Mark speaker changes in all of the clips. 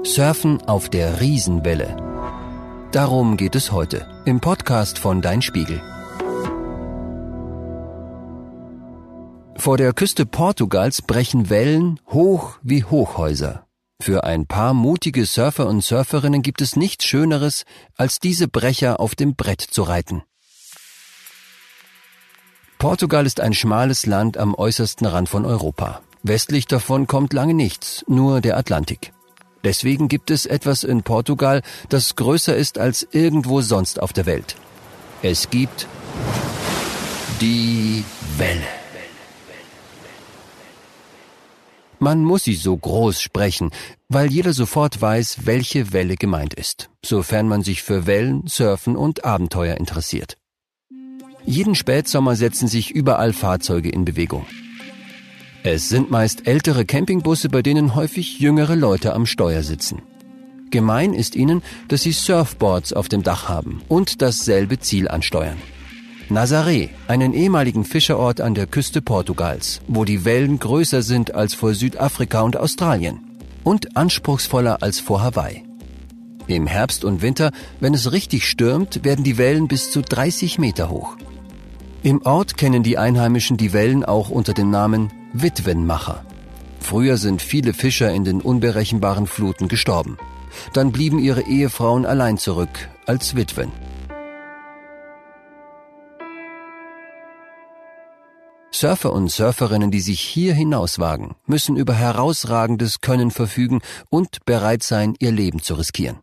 Speaker 1: Surfen auf der Riesenwelle. Darum geht es heute im Podcast von Dein Spiegel. Vor der Küste Portugals brechen Wellen hoch wie Hochhäuser. Für ein paar mutige Surfer und Surferinnen gibt es nichts Schöneres, als diese Brecher auf dem Brett zu reiten. Portugal ist ein schmales Land am äußersten Rand von Europa. Westlich davon kommt lange nichts, nur der Atlantik. Deswegen gibt es etwas in Portugal, das größer ist als irgendwo sonst auf der Welt. Es gibt die Welle. Man muss sie so groß sprechen, weil jeder sofort weiß, welche Welle gemeint ist, sofern man sich für Wellen, Surfen und Abenteuer interessiert. Jeden Spätsommer setzen sich überall Fahrzeuge in Bewegung. Es sind meist ältere Campingbusse, bei denen häufig jüngere Leute am Steuer sitzen. Gemein ist ihnen, dass sie Surfboards auf dem Dach haben und dasselbe Ziel ansteuern. Nazaré, einen ehemaligen Fischerort an der Küste Portugals, wo die Wellen größer sind als vor Südafrika und Australien und anspruchsvoller als vor Hawaii. Im Herbst und Winter, wenn es richtig stürmt, werden die Wellen bis zu 30 Meter hoch. Im Ort kennen die Einheimischen die Wellen auch unter dem Namen Witwenmacher. Früher sind viele Fischer in den unberechenbaren Fluten gestorben. Dann blieben ihre Ehefrauen allein zurück als Witwen. Surfer und Surferinnen, die sich hier hinauswagen, müssen über herausragendes Können verfügen und bereit sein, ihr Leben zu riskieren.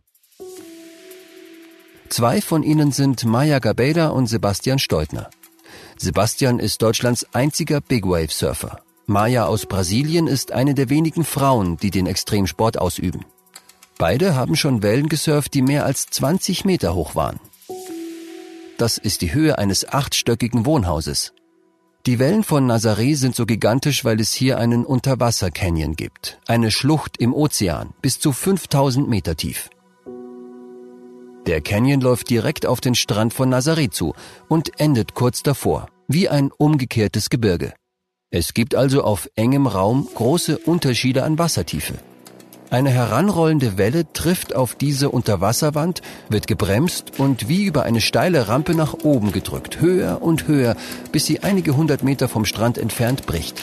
Speaker 1: Zwei von ihnen sind Maya Gabeira und Sebastian Steutner. Sebastian ist Deutschlands einziger Big-Wave-Surfer. Maya aus Brasilien ist eine der wenigen Frauen, die den Extremsport ausüben. Beide haben schon Wellen gesurft, die mehr als 20 Meter hoch waren. Das ist die Höhe eines 8-stöckigen Wohnhauses. Die Wellen von Nazaré sind so gigantisch, weil es hier einen Unterwasser-Canyon gibt. Eine Schlucht im Ozean, bis zu 5000 Meter tief. Der Canyon läuft direkt auf den Strand von Nazaré zu und endet kurz davor, wie ein umgekehrtes Gebirge. Es gibt also auf engem Raum große Unterschiede an Wassertiefe. Eine heranrollende Welle trifft auf diese Unterwasserwand, wird gebremst und wie über eine steile Rampe nach oben gedrückt, höher und höher, bis sie einige hundert Meter vom Strand entfernt bricht.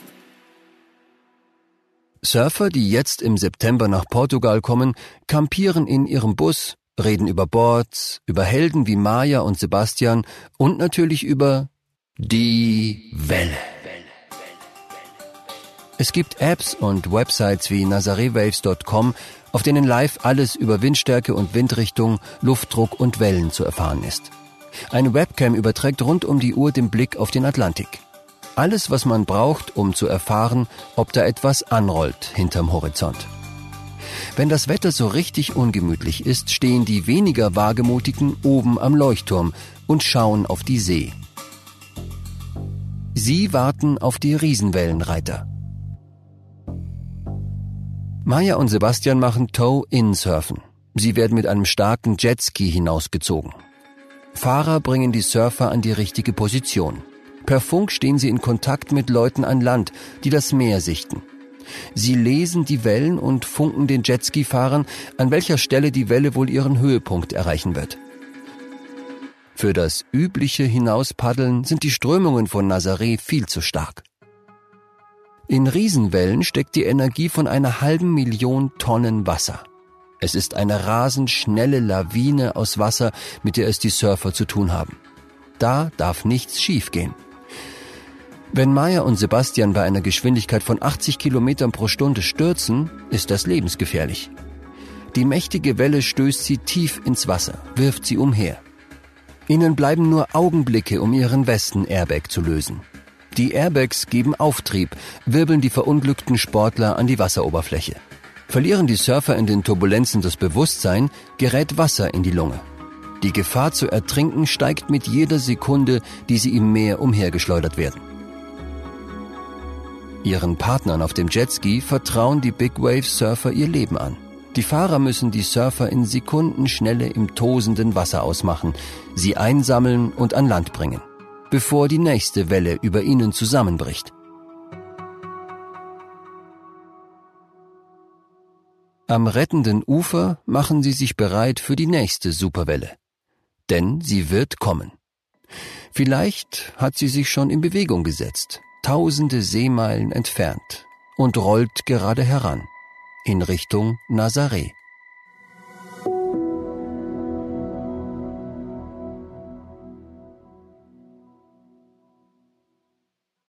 Speaker 1: Surfer, die jetzt im September nach Portugal kommen, campieren in ihrem Bus, reden über Boards, über Helden wie Maya und Sebastian und natürlich über die Welle. Es gibt Apps und Websites wie nazarewaves.com, auf denen live alles über Windstärke und Windrichtung, Luftdruck und Wellen zu erfahren ist. Eine Webcam überträgt rund um die Uhr den Blick auf den Atlantik. Alles, was man braucht, um zu erfahren, ob da etwas anrollt hinterm Horizont. Wenn das Wetter so richtig ungemütlich ist, stehen die weniger Wagemutigen oben am Leuchtturm und schauen auf die See. Sie warten auf die Riesenwellenreiter. Maya und Sebastian machen Tow-In-Surfen. Sie werden mit einem starken Jetski hinausgezogen. Fahrer bringen die Surfer an die richtige Position. Per Funk stehen sie in Kontakt mit Leuten an Land, die das Meer sichten. Sie lesen die Wellen und funken den Jetski-Fahrern, an welcher Stelle die Welle wohl ihren Höhepunkt erreichen wird. Für das übliche Hinauspaddeln sind die Strömungen von Nazaré viel zu stark. In Riesenwellen steckt die Energie von einer 500.000 Tonnen Wasser. Es ist eine rasend schnelle Lawine aus Wasser, mit der es die Surfer zu tun haben. Da darf nichts schiefgehen. Wenn Maya und Sebastian bei einer Geschwindigkeit von 80 Kilometern pro Stunde stürzen, ist das lebensgefährlich. Die mächtige Welle stößt sie tief ins Wasser, wirft sie umher. Ihnen bleiben nur Augenblicke, um ihren Westen-Airbag zu lösen. Die Airbags geben Auftrieb, wirbeln die verunglückten Sportler an die Wasseroberfläche. Verlieren die Surfer in den Turbulenzen das Bewusstsein, gerät Wasser in die Lunge. Die Gefahr zu ertrinken steigt mit jeder Sekunde, die sie im Meer umhergeschleudert werden. Ihren Partnern auf dem Jetski vertrauen die Big-Wave-Surfer ihr Leben an. Die Fahrer müssen die Surfer in Sekundenschnelle im tosenden Wasser ausmachen, sie einsammeln und an Land bringen, bevor die nächste Welle über ihnen zusammenbricht. Am rettenden Ufer machen sie sich bereit für die nächste Superwelle. Denn sie wird kommen. Vielleicht hat sie sich schon in Bewegung gesetzt, tausende Seemeilen entfernt, und rollt gerade heran, in Richtung Nazaré.